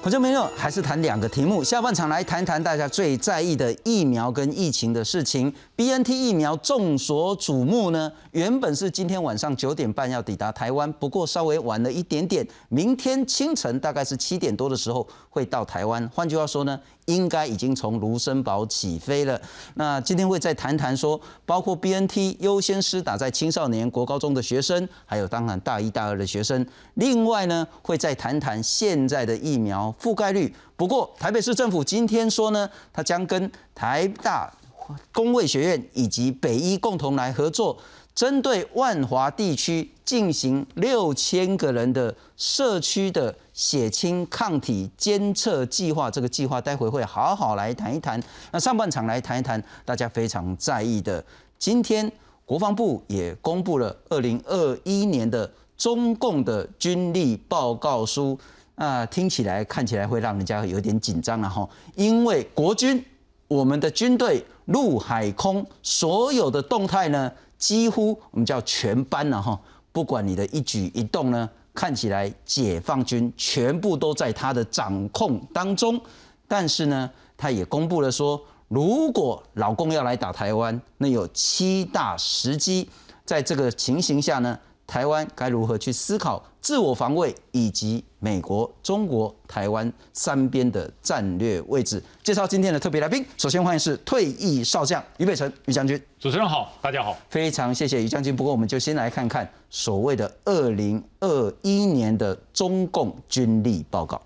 观众朋友，还是谈两个题目。下半场来谈谈大家最在意的疫苗跟疫情的事情。BNT 疫苗众所瞩目呢，原本是今天晚上9点半要抵达台湾，不过稍微晚了一点点，明天清晨大概是7点多的时候会到台湾。换句话说呢，应该已经从卢森堡起飞了。那今天会再谈谈说，包括 BNT 优先施打在青少年、国高中的学生，还有当然大1、大2的学生。另外呢，会再谈谈现在的疫苗覆盖率。不过台北市政府今天说呢，它将跟台大公卫学院以及北医共同来合作，针对万华地区进行6000个人的社区的血清抗体监测计划。这个计划待会会好好来谈一谈。那上半场来谈一谈大家非常在意的，今天国防部也公布了2021年的中共的军力报告书。听起来看起来会让人家有点紧张了哈，因为国军我们的军队陆海空所有的动态呢，几乎我们叫全班了哈，不管你的一举一动呢，看起来解放军全部都在他的掌控当中。但是呢，他也公布了说，如果老共要来打台湾，那有7大时机。在这个情形下呢，台湾该如何去思考自我防卫以及美国、中国、台湾3边的战略位置？介绍今天的特别来宾，首先欢迎是退役少将于北辰于将军。 主持人好，大家好， 非常谢谢于将军。不过我们就先来看看所谓的2021年的中共军力报告。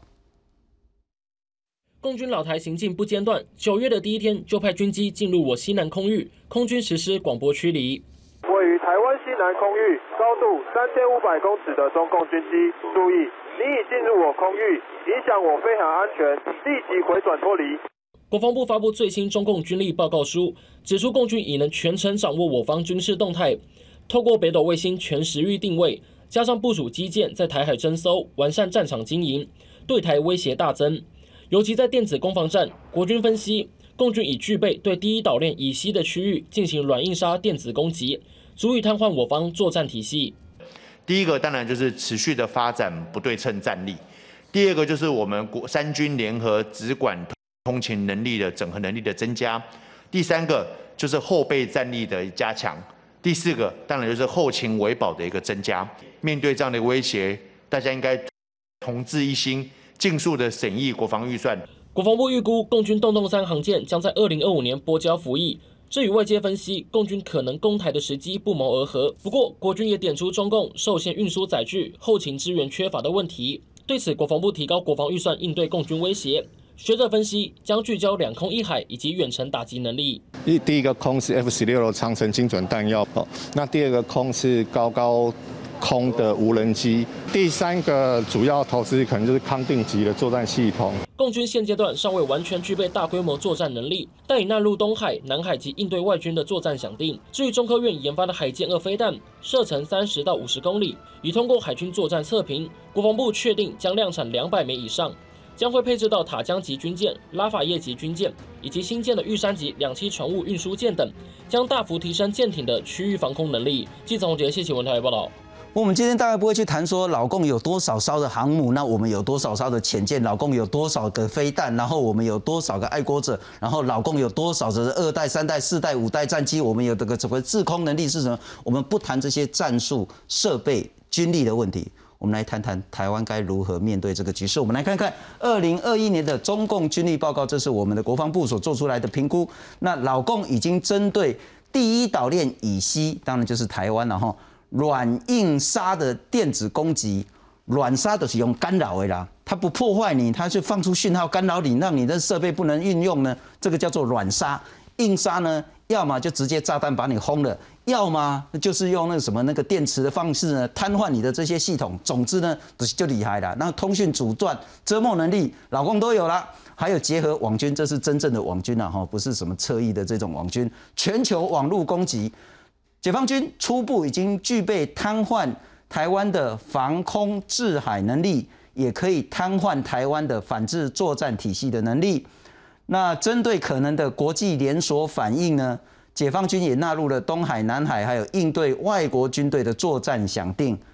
共军老台行进不间断，9月的第一天就派军机进入我西南空域，空军实施广播驱离。 位于台湾西南空域高度3500公尺的中共军机，注意，你已进入我空域，影响我飞航安全，立即回转脱离。 国防部发布最新中共军力报告书，指出共军已能全程掌握我方军事动态，透过北斗卫星全时域定位，加上部署基建在台海侦搜，完善战场经营，对台威胁大增。尤其在电子攻防战，国军分析，共军已具备对第一岛链以西的区域进行软硬杀电子攻击，足以瘫痪我方作战体系。 第一个当然就是持续的发展不对称战力，第二个就是我们3军联合直管通勤能力的整合能力的增加，第三个就是后备战力的加强，第四个当然就是后勤维保的一个增加。面对这样的威胁，大家应该同志一心，尽速的审议国防预算。 国防部预估，共军洞洞3航舰将在2025年拨交服役。这与外界分析共军可能攻台的时机不谋而合。不过，国军也点出中共受限运输载具、后勤支援缺乏的问题。对此，国防部提高国防预算应对共军威胁。学者分析，将聚焦2空1海以及远程打击能力。 第一个空是 F-16长程精准弹药，那第二个空是高空的无人机，第三个主要投资可能就是康定级的作战系统。 共军现阶段尚未完全具备大规模作战能力，但已纳入东海、南海及应对外军的作战想定。至于中科院研发的海剑2飞弹，射程30到50公里，已通过海军作战测评。国防部确定将量产200枚以上，将会配置到塔江级军舰、拉法叶级军舰以及新建的玉山级2栖船坞运输舰等，将大幅提升舰艇的区域防空能力。记者洪杰、谢启文台报道。 我们今天大概不会去谈说老共有多少艘的航母，那我们有多少艘的潜舰，老共有多少个飞弹，然后我们有多少个爱国者，然后老共有多少的2代、3代、4代、5代战机，我们有这个所谓制空能力是什么？我们不谈这些战术、设备、军力的问题，我们来谈谈台湾该如何面对这个局势。我们来看看2021年的中共军力报告，这是我们的国防部所做出来的评估。那老共已经针对第一岛链以西，当然就是台湾了哈。软硬杀的电子攻击，软杀的是用干扰的啦，它不破坏你，它就放出讯号干扰你，让你的设备不能运用呢，这个叫做软杀。硬杀呢，要么就直接炸弹把你轰了，要么就是用那个电池的方式呢，瘫痪你的这些系统。总之呢，就厉害了。那通讯阻断、遮没能力，老共都有了。还有结合网军，这是真正的网军啊，不是什么侧翼的这种网军，全球网络攻击。解放军初步已经具备瘫痪台湾的防空制海能力，也可以瘫痪台湾的反制作战体系的能力。那针对可能的国际连锁反应呢，解放军也纳入了东海、南海，还有应对外国军队的作战想定。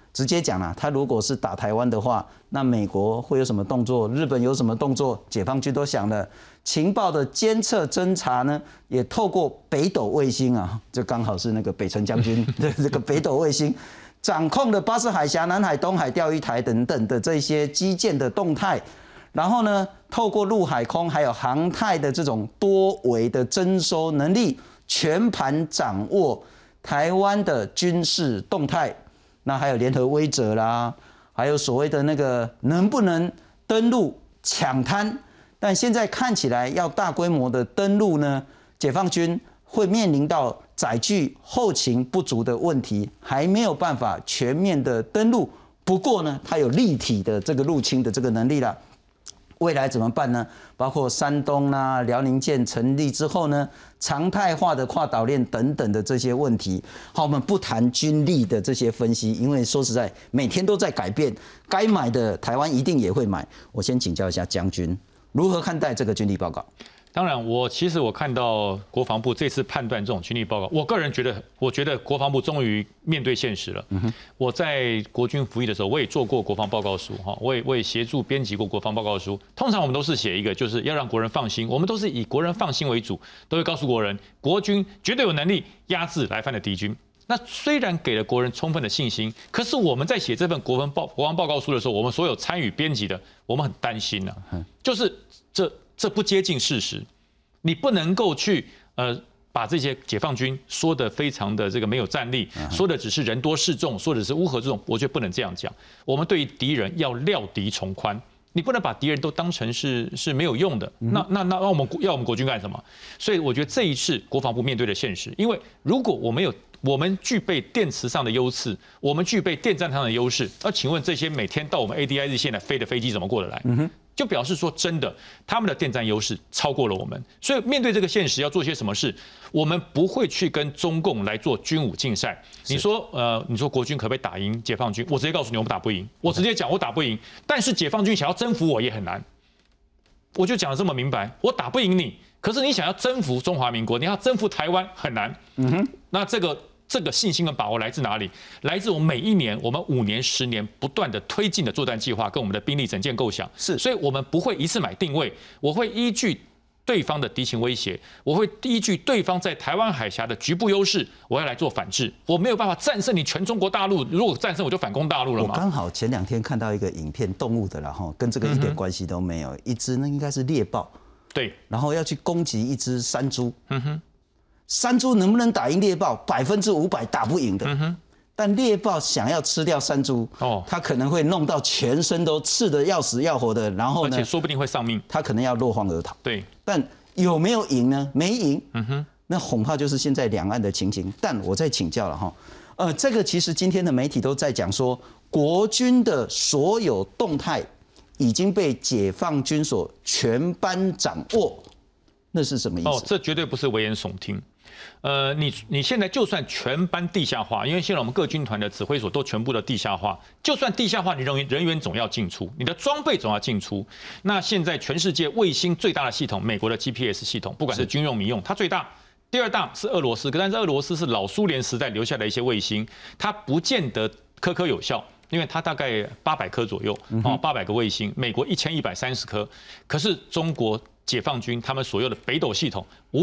直接讲啦，他如果是打台湾的话，那美国会有什么动作？日本有什么动作？解放军都想了。情报的监测侦查呢，也透过北斗卫星啊，这刚好是那个北辰将军的这个北斗卫星，掌控了巴士海峡、南海、东海、钓鱼台等等的这些基建的动态。然后呢，透过陆海空还有航太的这种多维的侦收能力，全盘掌握台湾的军事动态。那还有联合威慑啦，还有所谓的那个能不能登陆抢滩？但现在看起来要大规模的登陆呢，解放军会面临到载具后勤不足的问题，还没有办法全面的登陆。不过呢，它有立体的这个入侵的这个能力啦。未来怎么办呢？包括山东啦、辽宁舰成立之后呢，常态化的跨岛链等等的这些问题。好，我们不谈军力的这些分析，因为说实在，每天都在改变，该买的台湾一定也会买。我先请教一下将军，如何看待这个军力报告？ 当然，其实我看到国防部这次判断这种军力报告，我个人觉得，我觉得国防部终于面对现实了。我在国军服役的时候，我也做过国防报告书哈，我也协助编辑过国防报告书。通常我们都是写一个，就是要让国人放心，我们都是以国人放心为主，都会告诉国人，国军绝对有能力压制来犯的敌军。那虽然给了国人充分的信心，可是我们在写这份国防报告书的时候，我们所有参与编辑的，我们很担心呐，就是这不接近事实，你不能够去把这些解放军说的非常的这个没有战力，说的只是人多势众，说的是乌合之众，我觉得不能这样讲。我们对于敌人要料敌从宽，你不能把敌人都当成是没有用的。那我们要我们国军干什么？所以我觉得这一次国防部面对的现实，因为如果我们具备电磁上的优势，我们具备电站上的优势，那请问这些每天到我们 ADI 日线来飞的飞机怎么过得来？就表示说，真的，他们的电站优势超过了我们。所以面对这个现实，要做些什么事？我们不会去跟中共来做军武竞赛。你说国军可不可以打赢解放军？我直接告诉你，我们打不赢。我直接讲，我打不赢。但是解放军想要征服我也很难。我就讲得这么明白，我打不赢你，可是你想要征服中华民国，你要征服台湾很难。那这个信心跟把握来自哪里？来自我们每一年、我们5年、10年不断的推进的作战计划跟我们的兵力整建构想。所以我们不会一次买定位，我会依据对方的敌情威胁，我会依据对方在台湾海峡的局部优势，我要来做反制。我没有办法战胜你全中国大陆，如果战胜我就反攻大陆了嘛。 我刚好前2天看到一个影片，动物的啦，跟这个一点关系都没有。一只那应该是猎豹， 对， 然后要去攻击一只山猪。山猪能不能打赢猎豹？500%打不赢的。但猎豹想要吃掉山猪，它可能会弄到全身都刺得要死要活的，然后呢， 而且说不定会丧命， 它可能要落荒而逃。 对， 但有没有赢呢？没赢。那恐怕就是现在两岸的情形。但我再请教了哈，这个其实今天的媒体都在讲说，国军的所有动态已经被解放军所全班掌握，那是什么意思？ 这绝对不是危言耸听。你现在就算全班地下化，因为现在我们各军团的指挥所都全部的地下化，就算地下化，你人员总要进出，你的装备总要进出。那现在全世界卫星最大的系统，美国的 GPS 系统，不管是军用民用，它最大。第2大是俄罗斯，但是俄罗斯是老苏联时代留下的一些卫星，它不见得颗颗有效。因为它大概800颗左右，800个卫星，美国1130颗，可是中国解放军他们所用的北斗系统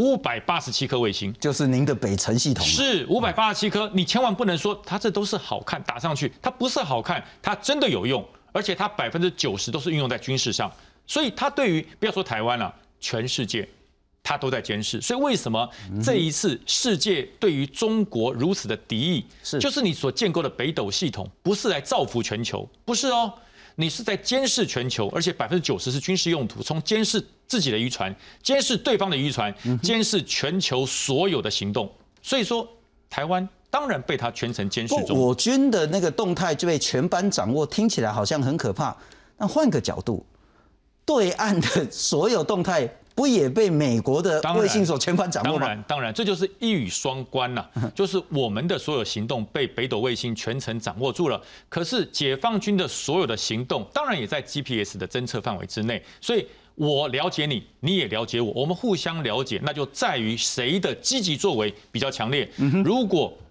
587颗卫星， 就是您的北辰系统， 是587颗，你千万不能说它这都是好看打上去，它不是好看，它真的有用，而且它90%都是运用在军事上，所以它对于不要说台湾了，全世界。他都在监视，所以为什么这一次世界对于中国如此的敌意，就是你所建构的北斗系统不是来造福全球，不是哦，你是在监视全球，而且90%是军事用途，从监视自己的渔船，监视对方的渔船，监视全球所有的行动。所以说，台湾当然被他全程监视中。 我军的那个动态就被全班掌握，听起来好像很可怕。但换个角度，对岸的所有动态。不也被美国的卫星所全盘掌握吗？ 当然，这就是一语双关呐。就是我们的所有行动被北斗卫星全程掌握住了，可是解放军的所有的行动，当然也在 GPS 的侦测范围之内。所以我了解你，你也了解我，我们互相了解，那就在于谁的积极作为比较强烈。如果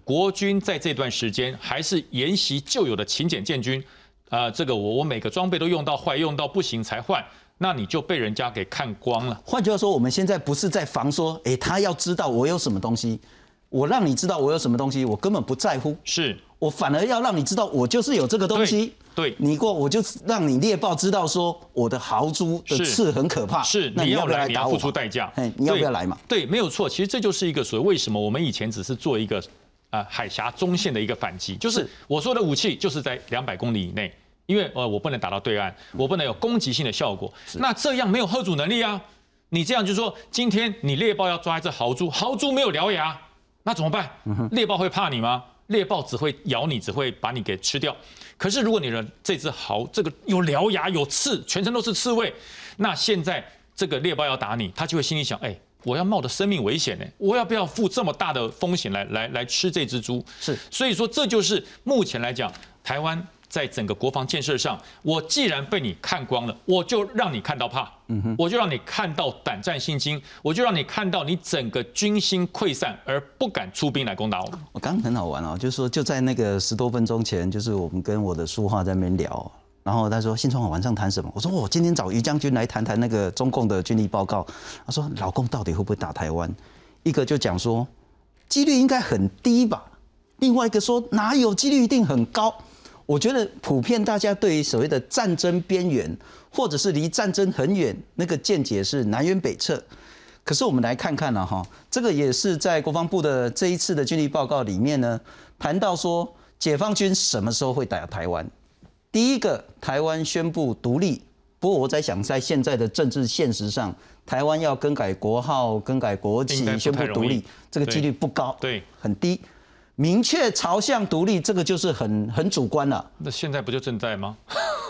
国军在这段时间还是沿袭旧有的勤俭建军，这个我每个装备都用到坏，用到不行才换，那你就被人家给看光了。 换句话说，我们现在不是在防说，他要知道我有什么东西，我让你知道我有什么东西，我根本不在乎， 是我反而要让你知道我就是有这个东西。 对， 我就让你猎豹知道说我的豪猪的刺很可怕， 是那你要不要来打我？ 你要付出代价， 你要不要来嘛？ 对，没有错。其实这就是一个所谓为什么我们以前只是做一个海峡中线的一个反击，就是我说的武器就是在200公里以内，因为我不能打到对岸，我不能有攻击性的效果。那这样没有嚇阻能力啊！你这样就是说，今天你猎豹要抓一只豪猪，豪猪没有獠牙，那怎么办？猎豹会怕你吗？猎豹只会咬你，只会把你给吃掉。可是如果你的这只这个有獠牙有刺，全身都是刺猬，那现在这个猎豹要打你，他就会心里想，我要冒着生命危险呢，我要不要付这么大的风险来吃这只猪？ 是， 所以说这就是目前来讲，台湾在整个国防建设上，我既然被你看光了，我就让你看到怕，我就让你看到胆战心惊，我就让你看到你整个军心溃散而不敢出兵来攻打我们。 我刚刚很好玩哦，就是说就在那个10多分钟前，就是我们跟我的书画在那边聊，然后他说信聪晚上谈什么？我说我今天找于将军来谈谈那个中共的军力报告。他说老共到底会不会打台湾？一个就讲说几率应该很低吧，另外一个说哪有几率一定很高。我觉得普遍大家对于所谓的战争边缘，或者是离战争很远，那个见解是南辕北辙。可是我们来看看了哈，这个也是在国防部的这一次的军力报告里面呢，谈到说解放军什么时候会打台湾？第一个，台湾宣布独立。不过我在想，在现在的政治现实上，台湾要更改国号、更改国旗、宣布独立，这个几率不高， 对， 很低。明确朝向独立，这个就是很主观了。 那现在不就正在吗？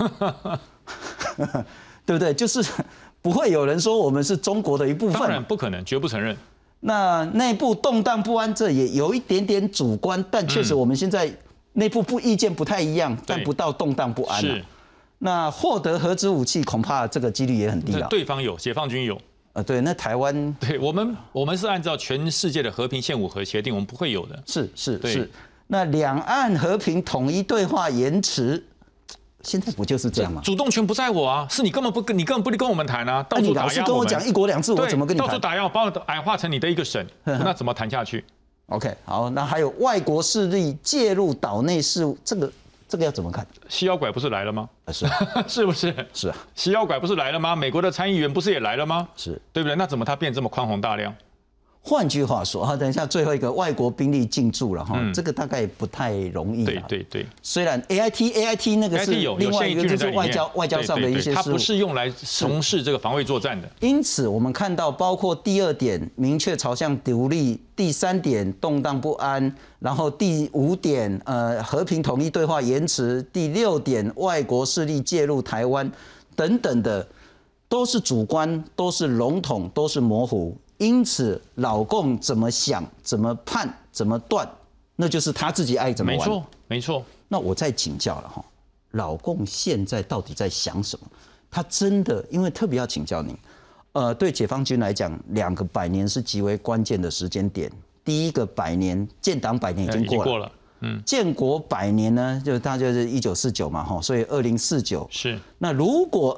对不对？就是不会有人说我们是中国的一部分。 当然不可能，绝不承认。 那内部动荡不安，这也有一点点主观，但确实我们现在内部意见不太一样，但不到动荡不安。 是。 那获得核子武器，恐怕这个几率也很低了。 对方有，解放军有。 对，那台湾， 对我们是按照全世界的和平限武和协定，我们不会有的。 是。那两岸和平统一对话延迟，现在不就是这样吗？ 主动权不在我啊，是你根本不跟我们谈啊，到处打压我们。 你老是跟我讲1国2制，我怎么跟你谈？ 到处打压，把我矮化成你的一个省，那怎么谈下去 ？OK， 好，那还有外国势力介入岛内事务，这个要怎么看？ 西妖拐不是来了吗？ 是， 是不是？ 是啊， 西妖拐不是来了吗？美国的参议员不是也来了吗？ 是， 对不对？那怎么他变这么宽宏大量？ 换句话说，等一下最后一个外国兵力进驻了哈，这个大概不太容易。 对。 虽然 AIT 那个是另外一个就是外交上的一些事务， 它不是用来从事这个防卫作战的。 因此，我们看到包括第2点明确朝向独立，第3点动荡不安，然后第5点和平统一对话延迟，第6点外国势力介入台湾等等的，都是主观，都是笼统，都是模糊。因此，老共怎么想、怎么判、怎么断，那就是他自己爱怎么玩。 没错。 那我再请教了哈，老共现在到底在想什么？他真的，因为特别要请教您，对解放军来讲，2个百年是极为关键的时间点。第一个百年，建党100年已经过了。建国100年呢，就是1949嘛，哈，所以2049 是。 那如果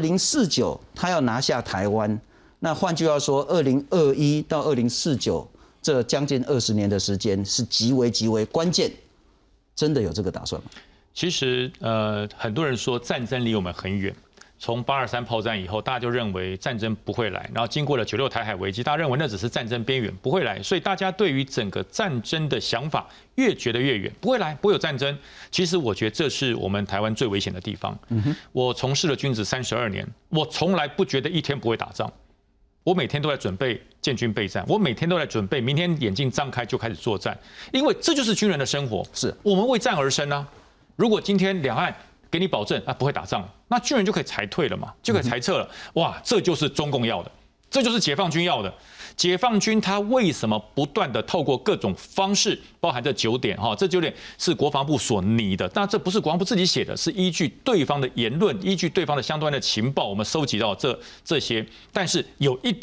2049他要拿下台湾，那换句话说，2021到2049这将近20年的时间是极为关键，真的有这个打算吗？ 其实很多人说战争离我们很远，从823炮战以后，大家就认为战争不会来，然后经过了96台海危机，大家认为那只是战争边缘，不会来，所以大家对于整个战争的想法越觉得越远，不会来，不会有战争。其实我觉得这是我们台湾最危险的地方。我从事了军职32年，我从来不觉得一天不会打仗。我每天都在准备建军备战，我每天都在准备明天眼睛张开就开始作战，因为这就是军人的生活， 是我们为战而生啊。如果今天两岸给你保证不会打仗，那军人就可以裁退了嘛，就可以裁撤了。哇，这就是中共要的，这就是解放军要的。解放军他为什么不断的透过各种方式，包含这9点哈，这9点是国防部所拟的，但这不是国防部自己写的，是依据对方的言论，依据对方的相关的情报，我们收集到这些。但是有一点，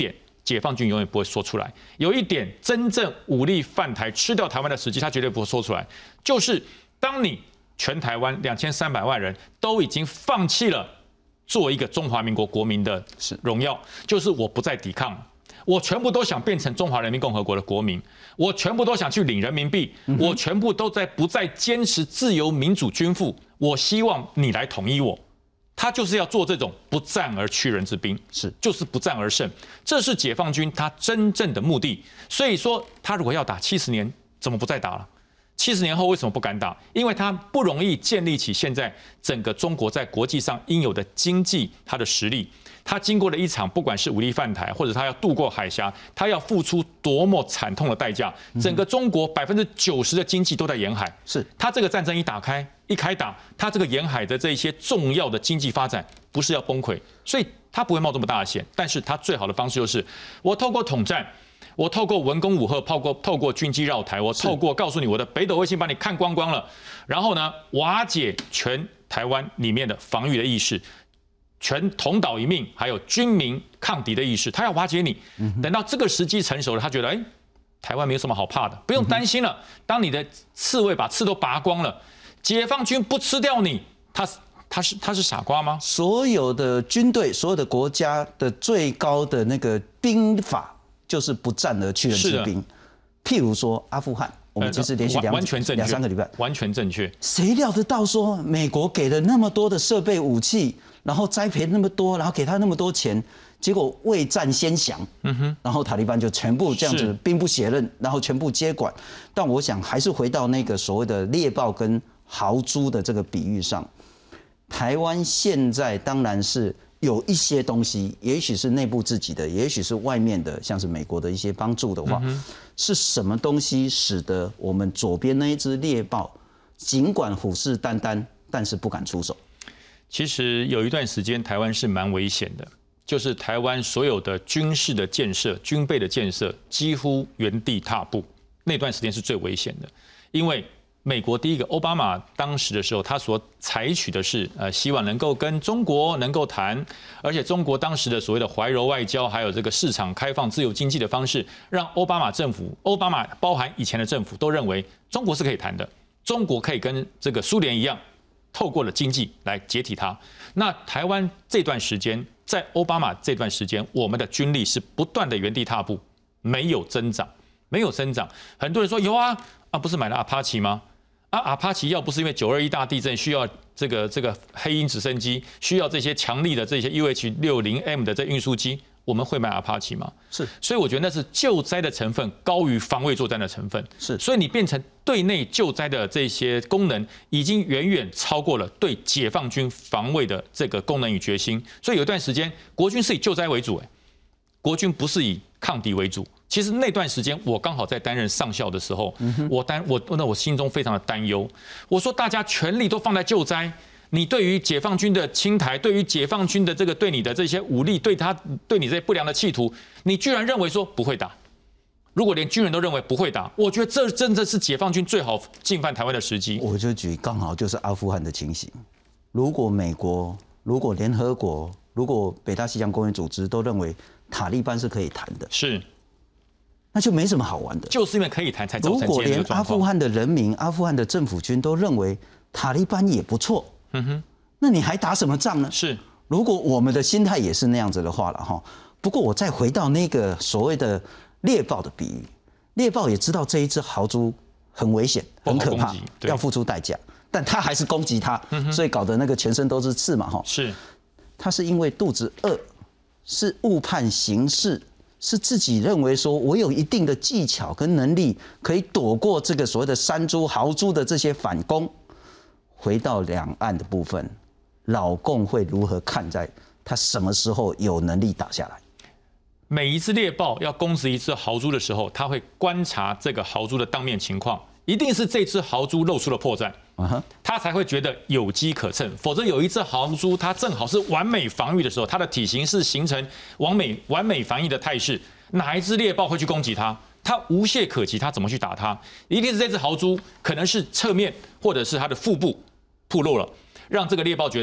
解放军永远不会说出来。有一点真正武力犯台、吃掉台湾的时机，他绝对不会说出来，就是当你全台湾2300万人都已经放弃了做一个中华民国国民的荣耀，就是我不再抵抗了。我全部都想变成中华人民共和国的国民，我全部都想去领人民币，我全部都不再坚持自由民主均富。我希望你来统一我。他就是要做这种不战而屈人之兵，就是不战而胜，这是解放军他真正的目的。所以说，他如果要打70年，怎么不再打了？70年后为什么不敢打？因为他不容易建立起现在整个中国在国际上应有的经济它的实力。他经过了一场不管是武力犯台，或者他要渡过海峡，他要付出多么惨痛的代价。整个中国90%的经济都在沿海，他这个战争一开打，他这个沿海的这些重要的经济发展不是要崩溃，所以他不会冒这么大的险。但是他最好的方式就是我透过统战。我透过文攻武吓，透过军机绕台，我透过告诉你我的北斗卫星把你看光光了，然后呢，瓦解全台湾里面的防御的意识，全同岛一命，还有军民抗敌的意识，他要瓦解你。等到这个时机成熟了，他觉得台湾没有什么好怕的，不用担心了。当你的刺猬把刺都拔光了，解放军不吃掉你，他是傻瓜吗？ 所有的军队，所有的国家的最高的那个兵法。就是不战而屈人之兵。譬如说阿富汗，我们其实连续2、3个礼拜， 完全正确。 谁料得到说美国给了那么多的设备武器，然后栽培那么多，然后给他那么多钱，结果未战先降，然后塔利班就全部这样子兵不血刃，然后全部接管。但我想还是回到那个所谓的猎豹跟豪猪的这个比喻上，台湾现在当然是。有一些东西，也许是内部自己的，也许是外面的，像是美国的一些帮助的话，是什么东西使得我们左边那一只猎豹，尽管虎视眈眈，但是不敢出手？ 其实有一段时间，台湾是蛮危险的，就是台湾所有的军事的建设、军备的建设几乎原地踏步，那段时间是最危险的，因为。美国第一个奥巴马当时的时候，他所采取的是希望能够跟中国能够谈，而且中国当时的所谓的怀柔外交，还有这个市场开放、自由经济的方式，让奥巴马政府、奥巴马包含以前的政府都认为中国是可以谈的，中国可以跟这个苏联一样，透过了经济来解体它。那台湾这段时间，在奥巴马这段时间，我们的军力是不断的原地踏步，没有增长，没有增长。很多人说有啊，不是买了阿帕奇吗？阿帕奇要不是因为921大地震需要这个黑鹰直升机，需要这些强力的这些 UH-60M 的这运输机，我们会买阿帕奇吗？ 是， 所以我觉得那是救灾的成分高于防卫作战的成分。 是， 所以你变成对内救灾的这些功能，已经远远超过了对解放军防卫的这个功能与决心。所以有一段时间，国军是以救灾为主，国军不是以抗敌为主。其实那段时间，我刚好在担任上校的时候，我心中非常的担忧。我说大家全力都放在救灾，你对于解放军的侵台，对于解放军的这个对你的这些武力，对你这些不良的企图，你居然认为说不会打。如果连军人都认为不会打，我觉得这真的是解放军最好进犯台湾的时机。 我就举刚好就是阿富汗的情形。如果美国、如果联合国、如果北大西洋公约组织都认为塔利班是可以谈的， 是。 那就没什么好玩的， 就是因为可以谈才造成如果连阿富汗的人民、阿富汗的政府军都认为塔利班也不错，那你还打什么仗呢？ 是， 如果我们的心态也是那样子的话了哈。不过我再回到那个所谓的猎豹的比喻，猎豹也知道这一只豪猪很危险、很可怕，要付出代价，但它还是攻击它，所以搞得那个全身都是刺嘛哈。 是， 它是因为肚子饿，是误判形势。是自己认为说，我有一定的技巧跟能力，可以躲过这个所谓的山猪、豪猪的这些反攻。回到两岸的部分，老共会如何看待他什么时候有能力打下来？ 每一只猎豹要攻击一只豪猪的时候，他会观察这个豪猪的当面情况，一定是这只豪猪露出了破绽，他才会觉得有机可乘。否则有一只豪猪，它正好是完美防御的时候，它的体型是形成完美防御的态势，哪一只猎豹会去攻击它？它无懈可击，它怎么去打它？一定是这只豪猪可能是侧面或者是它的腹部暴露了，让这个猎豹觉得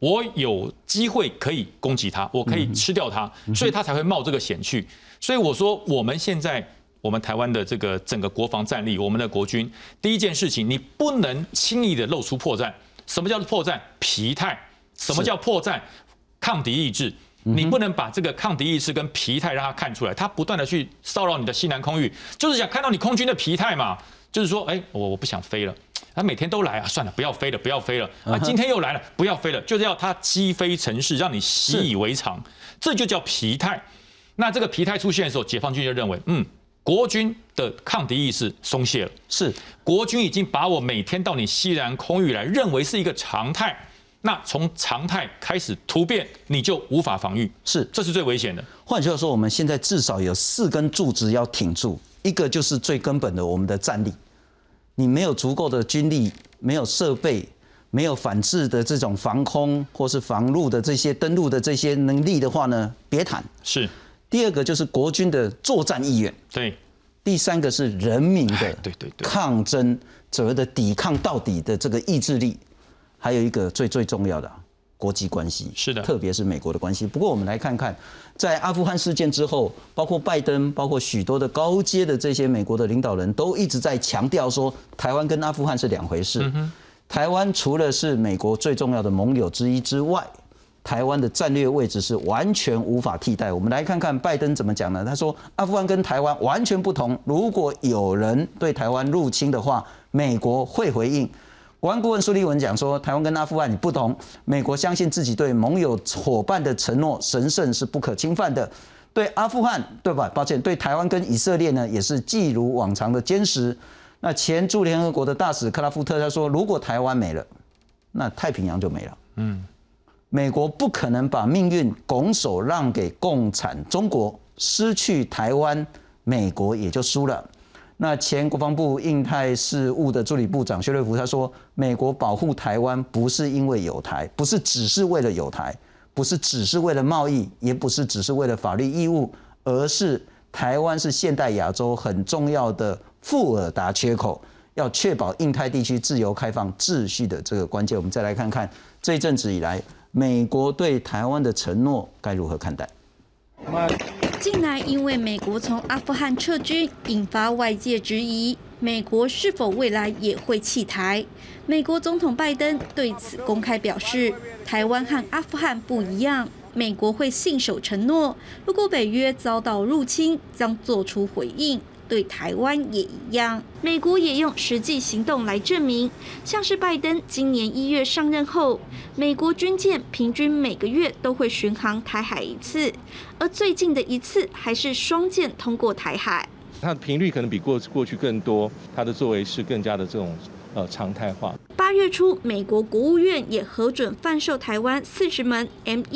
我有机会可以攻击他，我可以吃掉他，所以他才会冒这个险去。所以我说，我们现在我们台湾的这个整个国防战力，我们的国军，第一件事情，你不能轻易的露出破绽。什么叫做破绽？疲态。什么叫破绽？抗敌意志。你不能把这个抗敌意识跟疲态让他看出来，他不断的去骚扰你的西南空域，就是想看到你空军的疲态嘛，就是说，我不想飞了。他每天都来啊，算了，不要飞了，不要飞了啊！今天又来了，不要飞了，就是要他击飞城市，让你习以为常，这就叫疲态。那这个疲态出现的时候，解放军就认为，国军的抗敌意识松懈了， 是国军已经把我每天到你西南空域来，认为是一个常态。那从常态开始突变，你就无法防御，这是最危险的。 换句话说，我们现在至少有4根柱子要挺住，一个就是最根本的我们的战力。你没有足够的军力，没有设备，没有反制的这种防空或是防陆的这些登陆的这些能力的话呢，别谈。 是。 第二个就是国军的作战意愿。 对。 第三个是人民的抗争者的抵抗到底的这个意志力。还有一个最重要的国际关系， 是的， 特别是美国的关系。不过我们来看看，在阿富汗事件之后，包括拜登，包括许多的高阶的这些美国的领导人都一直在强调说，台湾跟阿富汗是2回事。台湾除了是美国最重要的盟友之一之外，台湾的战略位置是完全无法替代。我们来看看拜登怎么讲呢？他说，阿富汗跟台湾完全不同，如果有人对台湾入侵的话，美国会回应。国安顾问苏利文讲说，台湾跟阿富汗你不同，美国相信自己对盟友伙伴的承诺神圣是不可侵犯的。对阿富汗，对吧？抱歉，对台湾跟以色列呢，也是既如往常的坚实。那前驻联合国的大使克拉夫特他说，如果台湾没了，那太平洋就没了。美国不可能把命运拱手让给共产中国，失去台湾，美国也就输了。那前国防部印太事务的助理部长薛瑞福他说，美国保护台湾不是因为有台，不是只是为了有台，不是只是为了贸易，也不是只是为了法律义务，而是台湾是现代亚洲很重要的富尔达缺口，要确保印太地区自由开放秩序的这个关键。我们再来看看这一阵子以来，美国对台湾的承诺该如何看待？ 近来因为美国从阿富汗撤军，引发外界质疑，美国是否未来也会弃台？美国总统拜登对此公开表示，台湾和阿富汗不一样，美国会信守承诺，如果北约遭到入侵，将做出回应。对台湾也一样，美国也用实际行动来证明。像是拜登今年1月上任后，美国军舰平均每个月都会巡航台海1次，而最近的一次还是双舰通过台海。 它的频率可能比过去更多，它的作为是更加的这种常态化。 8月初，美国国务院也核准贩售台湾40门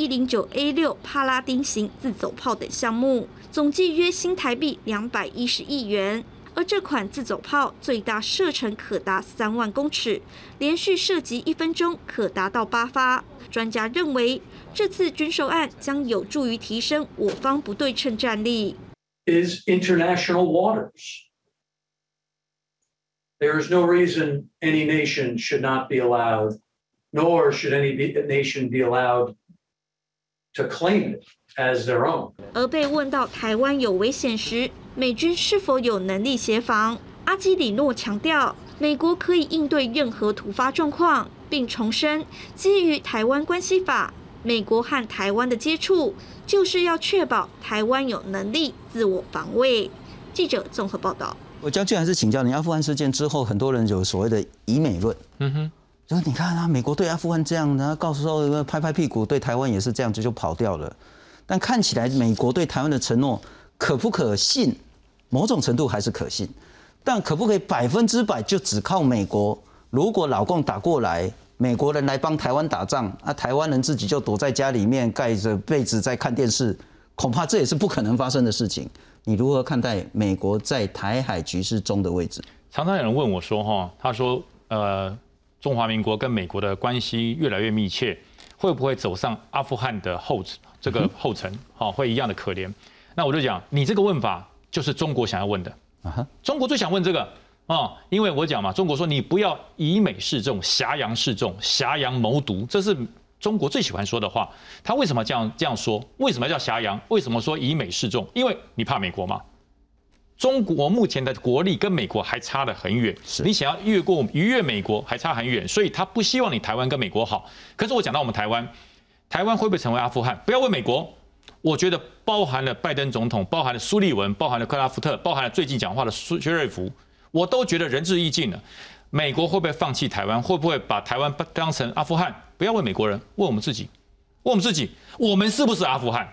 M109A6 帕拉丁型自走炮等项目，总计约新台币210亿元。而这款自走炮最大射程可达3万公尺，连续射击1分钟可达到8发。专家认为，这次军售案将有助于提升我方不对称战力。 Is international waters. There is no reason any nation should not be allowed, nor should any nation be allowed to claim it as their own. 而被问到台湾有危险时，美军是否有能力协防？阿基里诺强调，美国可以应对任何突发状况，并重申，基于台湾关系法，美国和台湾的接触就是要确保台湾有能力自我防卫。记者综合报道。 我将军还是请教你，阿富汗事件之后，很多人有所谓的以美论，就是你看啊，美国对阿富汗这样，然后告诉说拍拍屁股，对台湾也是这样子就跑掉了。但看起来美国对台湾的承诺可不可信？某种程度还是可信，但可不可以100%就只靠美国？如果老共打过来，美国人来帮台湾打仗，啊，台湾人自己就躲在家里面盖着被子在看电视，恐怕这也是不可能发生的事情。你如何看待美国在台海局势中的位置？ 常常有人问我说，他说，中华民国跟美国的关系越来越密切，会不会走上阿富汗的后尘？会一样的可怜？那我就讲，你这个问法就是中国想要问的。中国最想问这个因为我讲嘛，中国说你不要以美示众、挟洋示众、挟洋谋独，这是中国最喜欢说的话。他为什么这样说？为什么叫挟洋？为什么说以美示众？因为你怕美国嘛。中国目前的国力跟美国还差得很远，你想要逾越美国还差很远，所以他不希望你台湾跟美国好。可是我讲到我们台湾会不会成为阿富汗？不要问美国，我觉得包含了拜登总统，包含了苏利文，包含了克拉夫特，包含了最近讲话的薛瑞福，我都觉得仁至义尽了。美国会不会放弃台湾？会不会把台湾当成阿富汗？不要问美国人，问我们自己，我们是不是阿富汗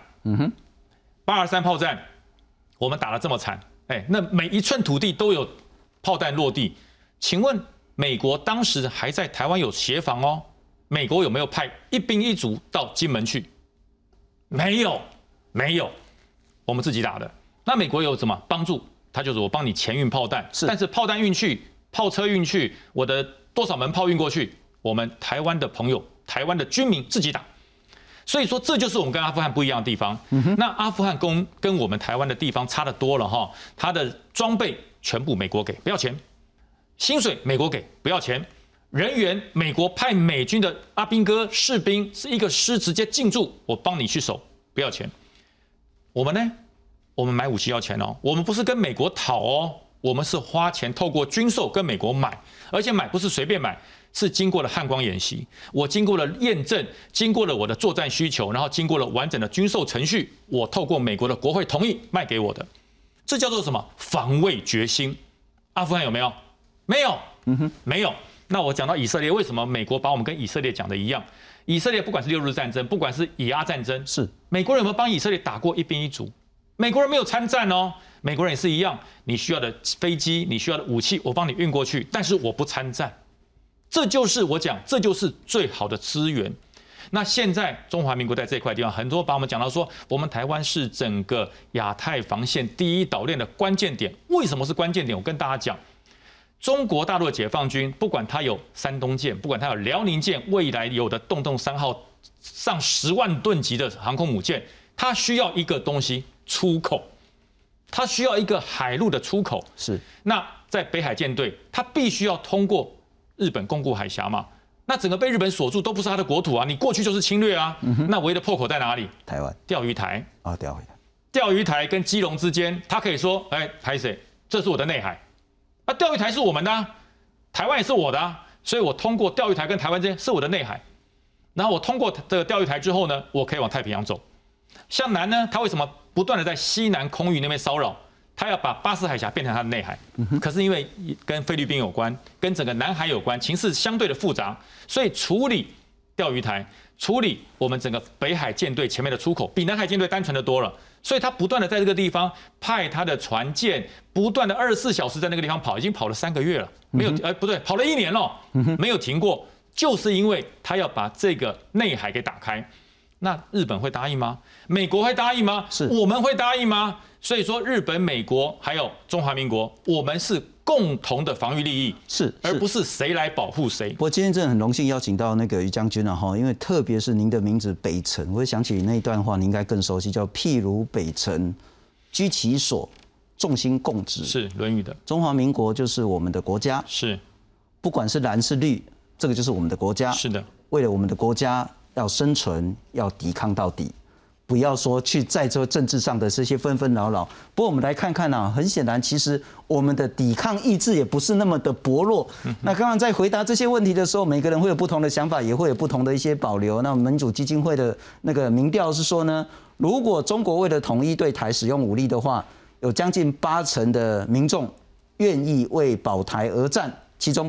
？823炮战，我们打得这么惨。那每一寸土地都有炮弹落地，请问美国当时还在台湾有协防哦？美国有没有派一兵一卒到金门去？没有，我们自己打的。那美国有什么帮助？他就是我帮你前运炮弹，但是炮弹运去，炮车运去，我的多少门炮运过去，我们台湾的朋友、台湾的军民自己打。所以说，这就是我们跟阿富汗不一样的地方。那阿富汗跟我们台湾的地方差得多了哈，它的装备全部美国给，不要钱；薪水美国给，不要钱；人员美国派美军的阿兵哥士兵是一个师直接进驻，我帮你去守，不要钱。我们呢？我们买武器要钱哦，我们不是跟美国讨哦，我们是花钱透过军售跟美国买，而且买不是随便买。是经过了汉光演习，我经过了验证，经过了我的作战需求，然后经过了完整的军售程序，我透过美国的国会同意卖给我的，这叫做什么？防卫决心。阿富汗有没有？没有，没有。那我讲到以色列，为什么美国把我们跟以色列讲的一样？以色列不管是6日战争，不管是以阿战争，是美国人有没有帮以色列打过一兵一卒？美国人没有参战哦，美国人也是一样，你需要的飞机，你需要的武器，我帮你运过去，但是我不参战。这就是我讲，这就是最好的资源。那现在中华民国在这块地方，很多把我们讲到说，我们台湾是整个亚太防线第一岛链的关键点。为什么是关键点？我跟大家讲，中国大陆的解放军，不管它有山东舰，不管它有辽宁舰，未来有的洞洞3号上10万吨级的航空母舰，它需要一个东西出口，它需要一个海路的出口。是，那在北海舰队，它必须要通过日本宫古海峡嘛，那整个被日本锁住都不是它的国土啊，你过去就是侵略啊。那唯一的破口在哪里？台湾钓鱼台啊，钓鱼台跟基隆之间，他可以说，拍谁？这是我的内海，啊，钓鱼台是我们的啊，台湾也是我的啊，所以我通过钓鱼台跟台湾之间是我的内海，然后我通过这个钓鱼台之后呢，我可以往太平洋走。向南呢，他为什么不断的在西南空域那边骚扰？他要把巴士海峡变成他的内海，可是因为跟菲律宾有关，跟整个南海有关，情势相对的复杂，所以处理钓鱼台，处理我们整个北海舰队前面的出口，比南海舰队单纯的多了。所以他不断的在这个地方派他的船舰，不断的24小时在那个地方跑，已经跑了3个月了，没有，不对，跑了1年了，没有停过，就是因为他要把这个内海给打开。那日本会答应吗？美国会答应吗？我们会答应吗？所以说，日本、美国还有中华民国，我们是共同的防御利益，而不是谁来保护谁。 不过今天真的很荣幸邀请到那个于将军啊，因为特别是您的名字北辰，我会想起那一段话，你应该更熟悉，叫譬如北辰，居其所，众星共之。 是《论语》的。 中华民国就是我们的国家， 是， 不管是蓝是绿，这个就是我们的国家。 是的， 为了我们的国家要生存，要抵抗到底。不要说去在这政治上的这些纷纷扰扰。不过我们来看看啊，很显然，其实我们的抵抗意志也不是那么的薄弱。那刚刚在回答这些问题的时候，每个人会有不同的想法，也会有不同的一些保留。那民主基金会的那个民调是说呢，如果中国为了统一对台使用武力的话，有将近80%的民众愿意为保台而战，其中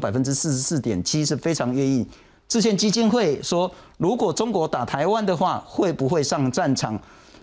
44.7%是非常愿意。制宪基金会说，如果中国打台湾的话，会不会上战场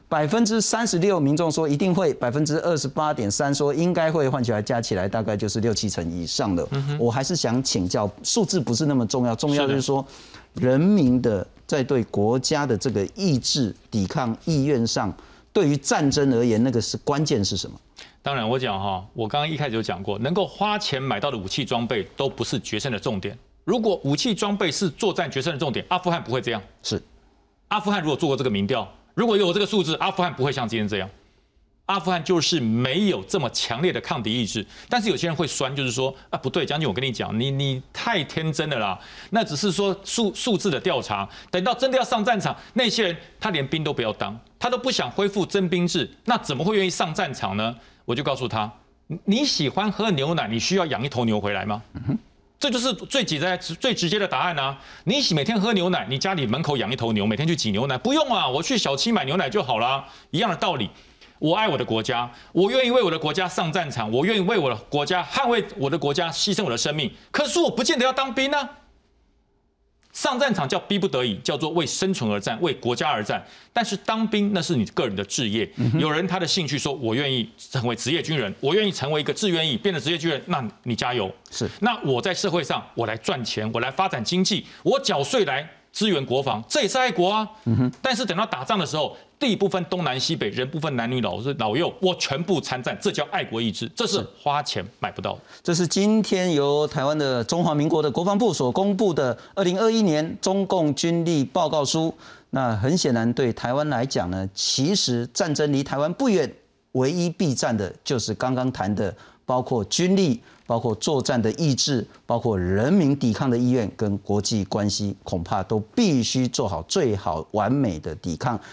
？36%民众说一定会，28.3%说应该会，换起来加起来大概就是6-7成以上的。我还是想请教，数字不是那么重要，重要就是说人民的在对国家的这个意志、抵抗意愿上，对于战争而言，那个是关键是什么？ 当然，我讲哈，我刚刚一开始就讲过，能够花钱买到的武器装备都不是决胜的重点。如果武器装备是作战决胜的重点，阿富汗不会这样。是，阿富汗如果做过这个民调，如果有这个数字，阿富汗不会像今天这样。 阿富汗就是没有这么强烈的抗敌意志，但是有些人会酸，就是说啊不对，将军，我跟你讲，你太天真了啦，那只是说数字的调查，等到真的要上战场，那些人他连兵都不要当，他都不想恢复征兵制，那怎么会愿意上战场呢？我就告诉他，你喜欢喝牛奶，你需要养一头牛回来吗？这就是最直接的答案啊！你每天喝牛奶，你家里门口养一头牛，每天去挤牛奶，不用啊，我去小七买牛奶就好了，一样的道理。我爱我的国家，我愿意为我的国家上战场，我愿意为我的国家捍卫我的国家，牺牲我的生命。可是我不见得要当兵啊。上战场叫逼不得已，叫做为生存而战，为国家而战。但是当兵那是你个人的志业。有人他的兴趣说，我愿意成为职业军人，我愿意成为一个志愿役，变成职业军人，那你加油。 是。 那我在社会上，我来赚钱，我来发展经济，我缴税来支援国防，这也是爱国啊。但是等到打仗的时候，地不分东南西北，人不分男女老幼，我全部参战，这叫爱国意志，这是花钱买不到的。 这是今天由台湾的中华民国的国防部所公布的2021年中共军力报告书。那很显然，对台湾来讲呢，其实战争离台湾不远，唯一避战的就是刚刚谈的，包括军力，包括作战的意志，包括人民抵抗的意愿跟国际关系，恐怕都必须做好最好完美的抵抗。